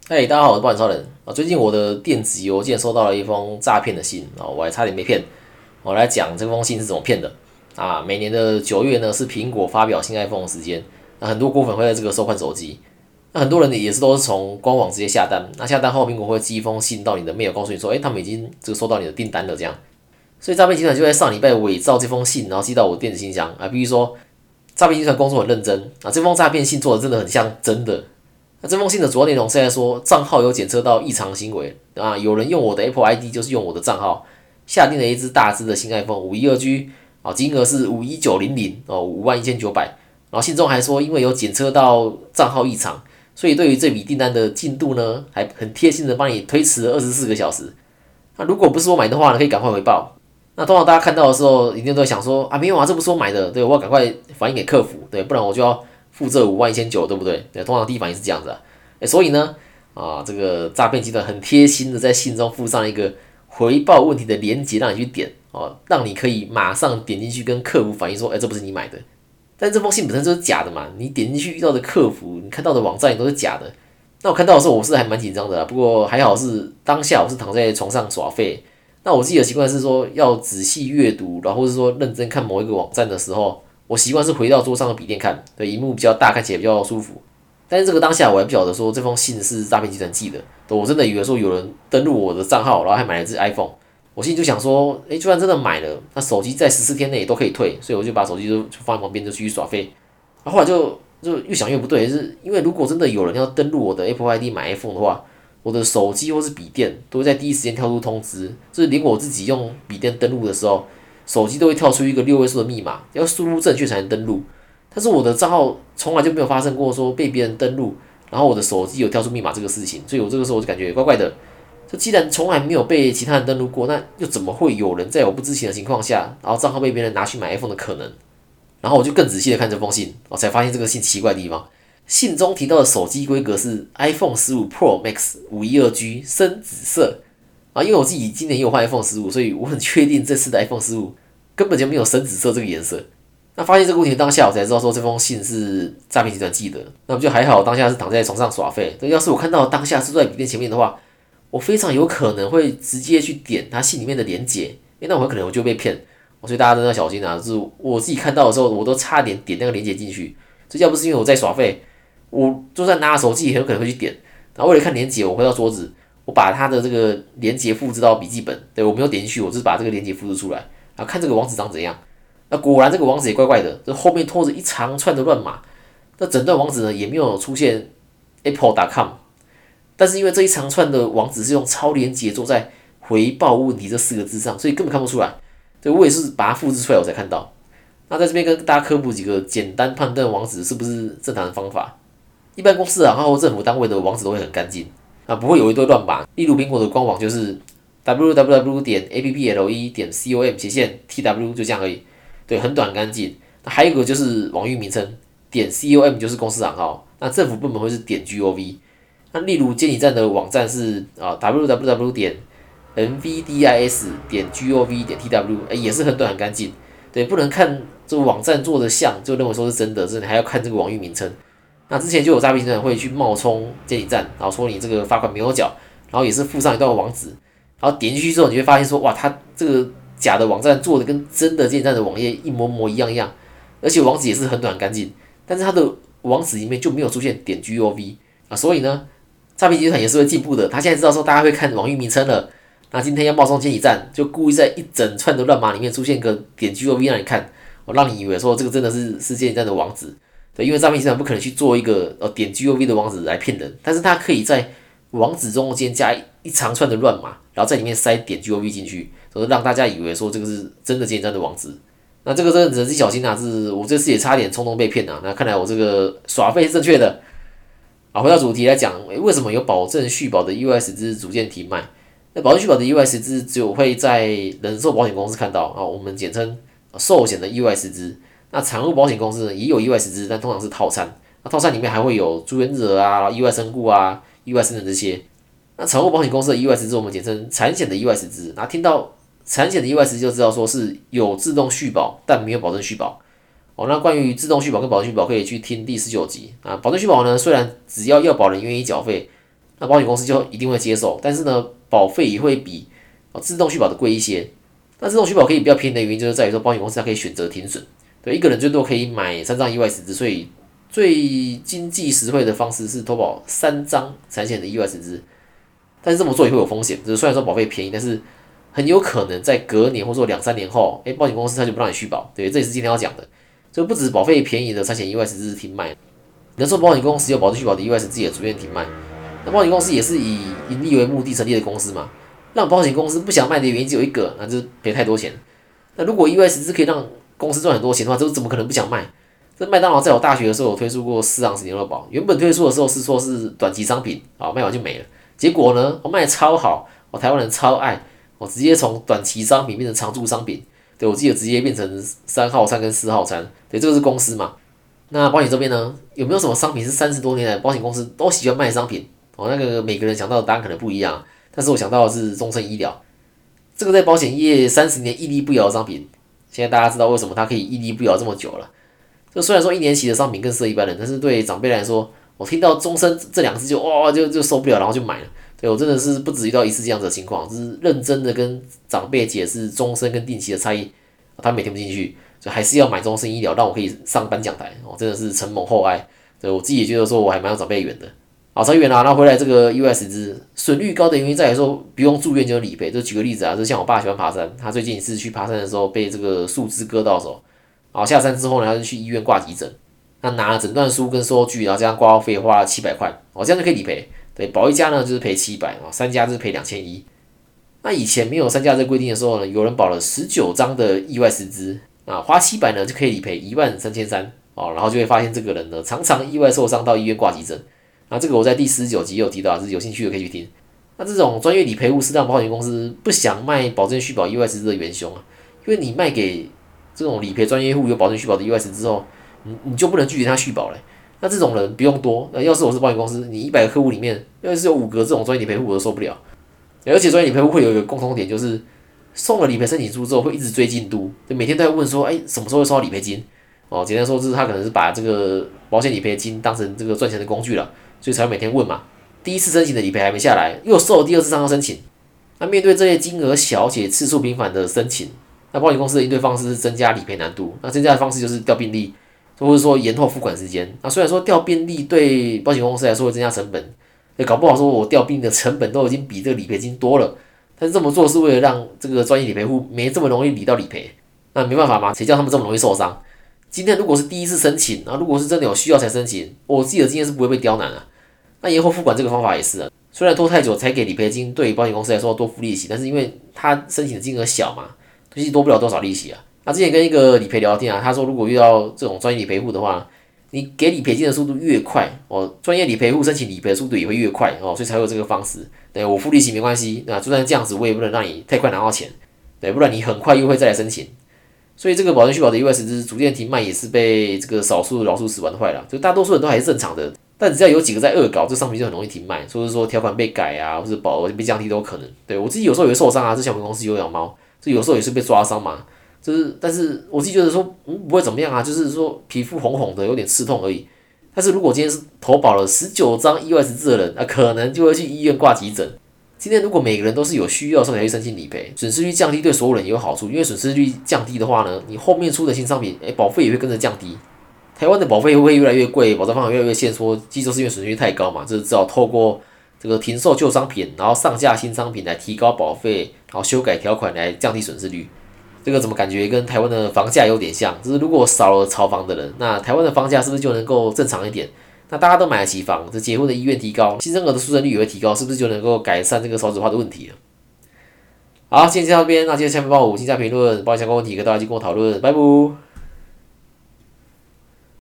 嘿，大家好，我是暴超人啊。最近我的电子邮件收到了一封诈骗的信啊，我还差点被骗。我来讲这封信是怎么骗的啊。每年的9月呢是苹果发表新 iPhone 的时间，那很多果粉会在这个时候换手机。那很多人也是都是从官网直接下单，那下单后苹果会寄一封信到你的 mail，告诉你说，他们已经收到你的订单了这样。所以诈骗集团就在上礼拜伪造这封信，然后寄到我电子信箱啊。比如说诈骗集团工作很认真啊，这封诈骗信做的真的很像真的。那这封信的主要内容是在说，账号有检测到异常行为啊，有人用我的 Apple ID，就是用我的账号下定了一只大只的新 iPhone 512G，啊，金额是51900哦，51900，然后信中还说，因为有检测到账号异常，所以对于这笔订单的进度呢，还很贴心的帮你推迟了24个小时。那如果不是我买的话呢，可以赶快回报。那通常大家看到的时候，一定都会想说啊，没有啊，这不是我买的，对我要赶快反映给客服，对，不然我就要付这51900，对不对？对，通常第一反应是这样子啊。所以呢，这个诈骗集团很贴心的在信中附上一个回报问题的连结，让你去点哦，让你可以马上点进去跟客服反映说，这不是你买的。但这封信本身就是假的嘛，你点进去遇到的客服，你看到的网站也都是假的。那我看到的时候，我是还蛮紧张的啦，不过还好是当下我是躺在床上耍废。那我自己的习惯是说，要仔细阅读，然后是说认真看某一个网站的时候，我习惯是回到桌上的笔电看，对，荧幕比较大，看起来比较舒服。但是这个当下我还不晓得说这封信是诈骗集团寄的，我真的以为说有人登录我的账号，然后还买了只 iPhone。我心里就想说，就算真的买了，那手机在14天内都可以退，所以我就把手机就放在旁边，就继续耍废。后来就越想越不对，是因为如果真的有人要登录我的 Apple ID 买 iPhone 的话，我的手机或是笔电都会在第一时间跳出通知，就是连我自己用笔电登录的时候，手机都会跳出一个6位数的密码，要输入正确才能登录。但是我的账号从来就没有发生过说被别人登录，然后我的手机有跳出密码这个事情，所以我这个时候我就感觉怪怪的。就既然从来没有被其他人登录过，那又怎么会有人在我不知情的情况下，然后账号被别人拿去买 iPhone 的可能？然后我就更仔细的看这封信，我才发现这个信奇怪的地方。信中提到的手机规格是 iPhone 15 Pro Max 512G 深紫色啊，因为我自己今年也有换 iPhone 15，所以我很确定这次的 iPhone 15根本就没有深紫色这个颜色。那发现这个问题当下，我才知道说这封信是诈骗集团寄的。那不就还好，当下是躺在床上耍废。要是我看到当下是坐在笔电前面的话，我非常有可能会直接去点他信里面的连结，那我可能就被骗。所以大家真的要小心啊！就是我自己看到的时候，我都差点点那个连结进去。这要不是因为我在耍废，我就算拿着手机也很有可能会去点。然后为了看连结，我回到桌子，我把他的这个连结复制到笔记本。对，我没有点进去，我只是把这个连结复制出来，然后看这个网址长怎样。那果然这个网址也怪怪的，这后面拖着一长串的乱码。那整段网址呢也没有出现 apple.com， 但是因为这一长串的网址是用超连结做在回报问题这4个字上，所以根本看不出来。对，我也是把它复制出来我才看到。那在这边跟大家科普几个简单判断网址是不是正常的方法。一般公司啊，或政府单位的网址都会很干净啊，不会有一堆乱码。例如苹果的官网就是 www.apple.com/tw 就这样而已，对，很短很干净。那还有一个就是网域名称.com就是公司行号，那政府部门会是.gov。那例如监理站的网站是www.nvdis.gov.tw，也是很短很干净。对，不能看这个网站做的像就认为说是真的，你还要看这个网域名称。那之前就有诈骗集团会去冒充监理站，然后说你这个罚款没有缴，然后也是附上一段网址，然后点进去之后，你会发现说，哇，它这个假的网站做的跟真的监理站的网页一模模一样一样，而且网址也是很短很干净，但是它的网址里面就没有出现.gov 啊，所以呢，诈骗集团也是会进步的，他现在知道说大家会看网域名称了，那今天要冒充监理站，就故意在一整串的乱码里面出现个.gov 让你看，让你以为说这个真的是监理站的网址。对，因为诈骗集团不可能去做一个.gov 的网址来骗人，但是他可以在网址中间加一长串的乱码，然后在里面塞.gov 进去，就是让大家以为说这个是真的监理站的网址。那这个真的只能自己小心啊！是我这次也差点冲动被骗啊！那看来我这个耍废是正确的。回到主题来讲，为什么有保证续保的意外实支逐渐停卖？那保证续保的意外实支只有会在人寿保险公司看到啊，我们简称寿险的意外实支。那产物保险公司呢也有意外实支，但通常是套餐。那套餐里面还会有住院日额啊、意外身故啊、意外生人这些。那产物保险公司的意外实支我们简称产险的意外实支。那听到产险的意外实支就知道说是有自动续保，但没有保证续保。那关于自动续保跟保证续保可以去听第19集啊。保证续保呢，虽然只要保人愿意缴费， 那保险公司就一定会接受，但是呢，保费也会比自动续保的贵一些。那自动续保可以比较便宜的原因，就是在于说保险公司它可以选择停损，对，一个人最多可以买3张意外实支，所以最经济实惠的方式是投保3张产险的意外实支。但是这么做也会有风险，就是虽然说保费便宜，但是很有可能在隔年或者说2、3年后，保险公司它就不让你续保，对，这也是今天要讲的。就不止保费便宜的产险意外实支停卖，有时候保险公司有保证续保的意外实支也逐渐停卖。那保险公司也是以盈利为目的成立的公司嘛，让保险公司不想卖的原因只有一个，那就是赔太多钱。那如果意外实支可以让公司赚很多钱的话，这怎么可能不想卖？这麦当劳在我大学的时候有推出过4盎司牛肉堡，原本推出的时候是说是短期商品，卖完就没了。结果呢，我卖得超好，台湾人超爱，我直接从短期商品变成常驻商品。对，我记得直接变成3号餐跟4号餐。对，这个是公司嘛。那保险这边呢，有没有什么商品是30多年来保险公司都喜欢卖的商品？那个每个人想到的答案可能不一样，但是我想到的是终身医疗，这个在保险业30年屹立不摇的商品，现在大家知道为什么它可以屹立不摇这么久了。这虽然说1年期的商品更适合一般人，但是对长辈来说，我听到终身这2个字就受不了，然后就买了。对，我真的是不止遇到一次这样子的情况，就是认真的跟长辈解释终身跟定期的差异，他们也听不进去，所以还是要买终身医疗，让我可以上颁奖台。真的是承蒙厚爱。对，我自己也觉得说我还蛮有长辈缘的。好，扯远了，那回来这个意外实支损率高的原因在于说不用住院就理赔。就举个例子啊，就像我爸喜欢爬山，他最近一次去爬山的时候被这个树枝割到手，下山之后呢，他就去医院挂急诊，那拿了诊断书跟收据，然后这样挂号费花了700块，这样就可以理赔。对，保一家呢就是赔700，3家就是赔2100。那以前没有3家这个规定的时候呢，有人保了19张的意外实支，花700呢就可以理赔13300，然后就会发现这个人呢常常意外受伤到医院挂急诊。那这个我在第19集也有提到，就是有兴趣的可以去听。那这种专业理赔务是让保险公司不想卖保证续保意外实支的元凶啊，因为你卖给这种理赔专业户有保证续保的意外实支之后，你就不能拒绝他续保了。那这种人不用多，要是我是保险公司，你100个客户里面，要是有5个这种专业理赔户，我都受不了。而且专业理赔户会有一个共同点，就是送了理赔申请书之后，会一直追进度，就每天都在问说，什么时候会收到理赔金？简单说就是他可能是把这个保险理赔金当成这个赚钱的工具了，所以才会每天问嘛。第一次申请的理赔还没下来，又收了第2次上要申请。那面对这些金额小且次数频繁的申请，那保险公司的应对方式是增加理赔难度。那增加的方式就是调病历，或者说延后付款时间。那虽然说调病历对保险公司来说会增加成本，搞不好说我调病历的成本都已经比这个理赔金多了，但是这么做是为了让这个专业理赔户没这么容易理到理赔。那没办法嘛，谁叫他们这么容易受伤？今天如果是第一次申请，如果是真的有需要才申请，我自己的经验是不会被刁难啊。那延后付款这个方法也是啊，虽然拖太久才给理赔金，对于保险公司来说多付利息，但是因为他申请的金额小嘛，其实多不了多少利息啊。那之前跟一个理赔聊天啊，他说如果遇到这种专业理赔户的话，你给理赔金的速度越快，专业理赔户申请理赔的速度也会越快，所以才会有这个方式。对，我付利息没关系，就算这样子，我也不能让你太快拿到钱，对，不然你很快又会再来申请。所以这个保证续保的意外实支逐渐停卖，也是被这个少数的老鼠屎玩坏了，就大多数人都还是正常的。但只要有几个在恶搞，这商品就很容易停卖，或者说条款被改啊，或者保额被降低都有可能。对，我自己有时候也会受伤啊，之前我们公司有养猫，这有时候也是被抓伤嘛，但是我自己觉得说，不会怎么样啊，就是说皮肤红红的，有点刺痛而已。但是如果今天是投保了19张意外实支的人，可能就会去医院挂急诊。今天如果每个人都是有需要的时候才去申请理赔，损失率降低对所有人也有好处，因为损失率降低的话呢，你后面出的新商品，保费也会跟着降低。台湾的保费会越来越贵，保障方法越来越限缩，其实都是因为损失率太高嘛，就是只好透过这个停售旧商品，然后上架新商品来提高保费，然后修改条款来降低损失率。这个怎么感觉跟台湾的房价有点像？就是如果少了炒房的人，那台湾的房价是不是就能够正常一点？那大家都买得起房，这结婚的意愿提高，新生儿的出生率也会提高，是不是就能够改善这个少子化的问题了？好，今天就到这边，那记得下面帮我5星加评论，帮我相关问题跟大家一起跟我讨论，拜拜。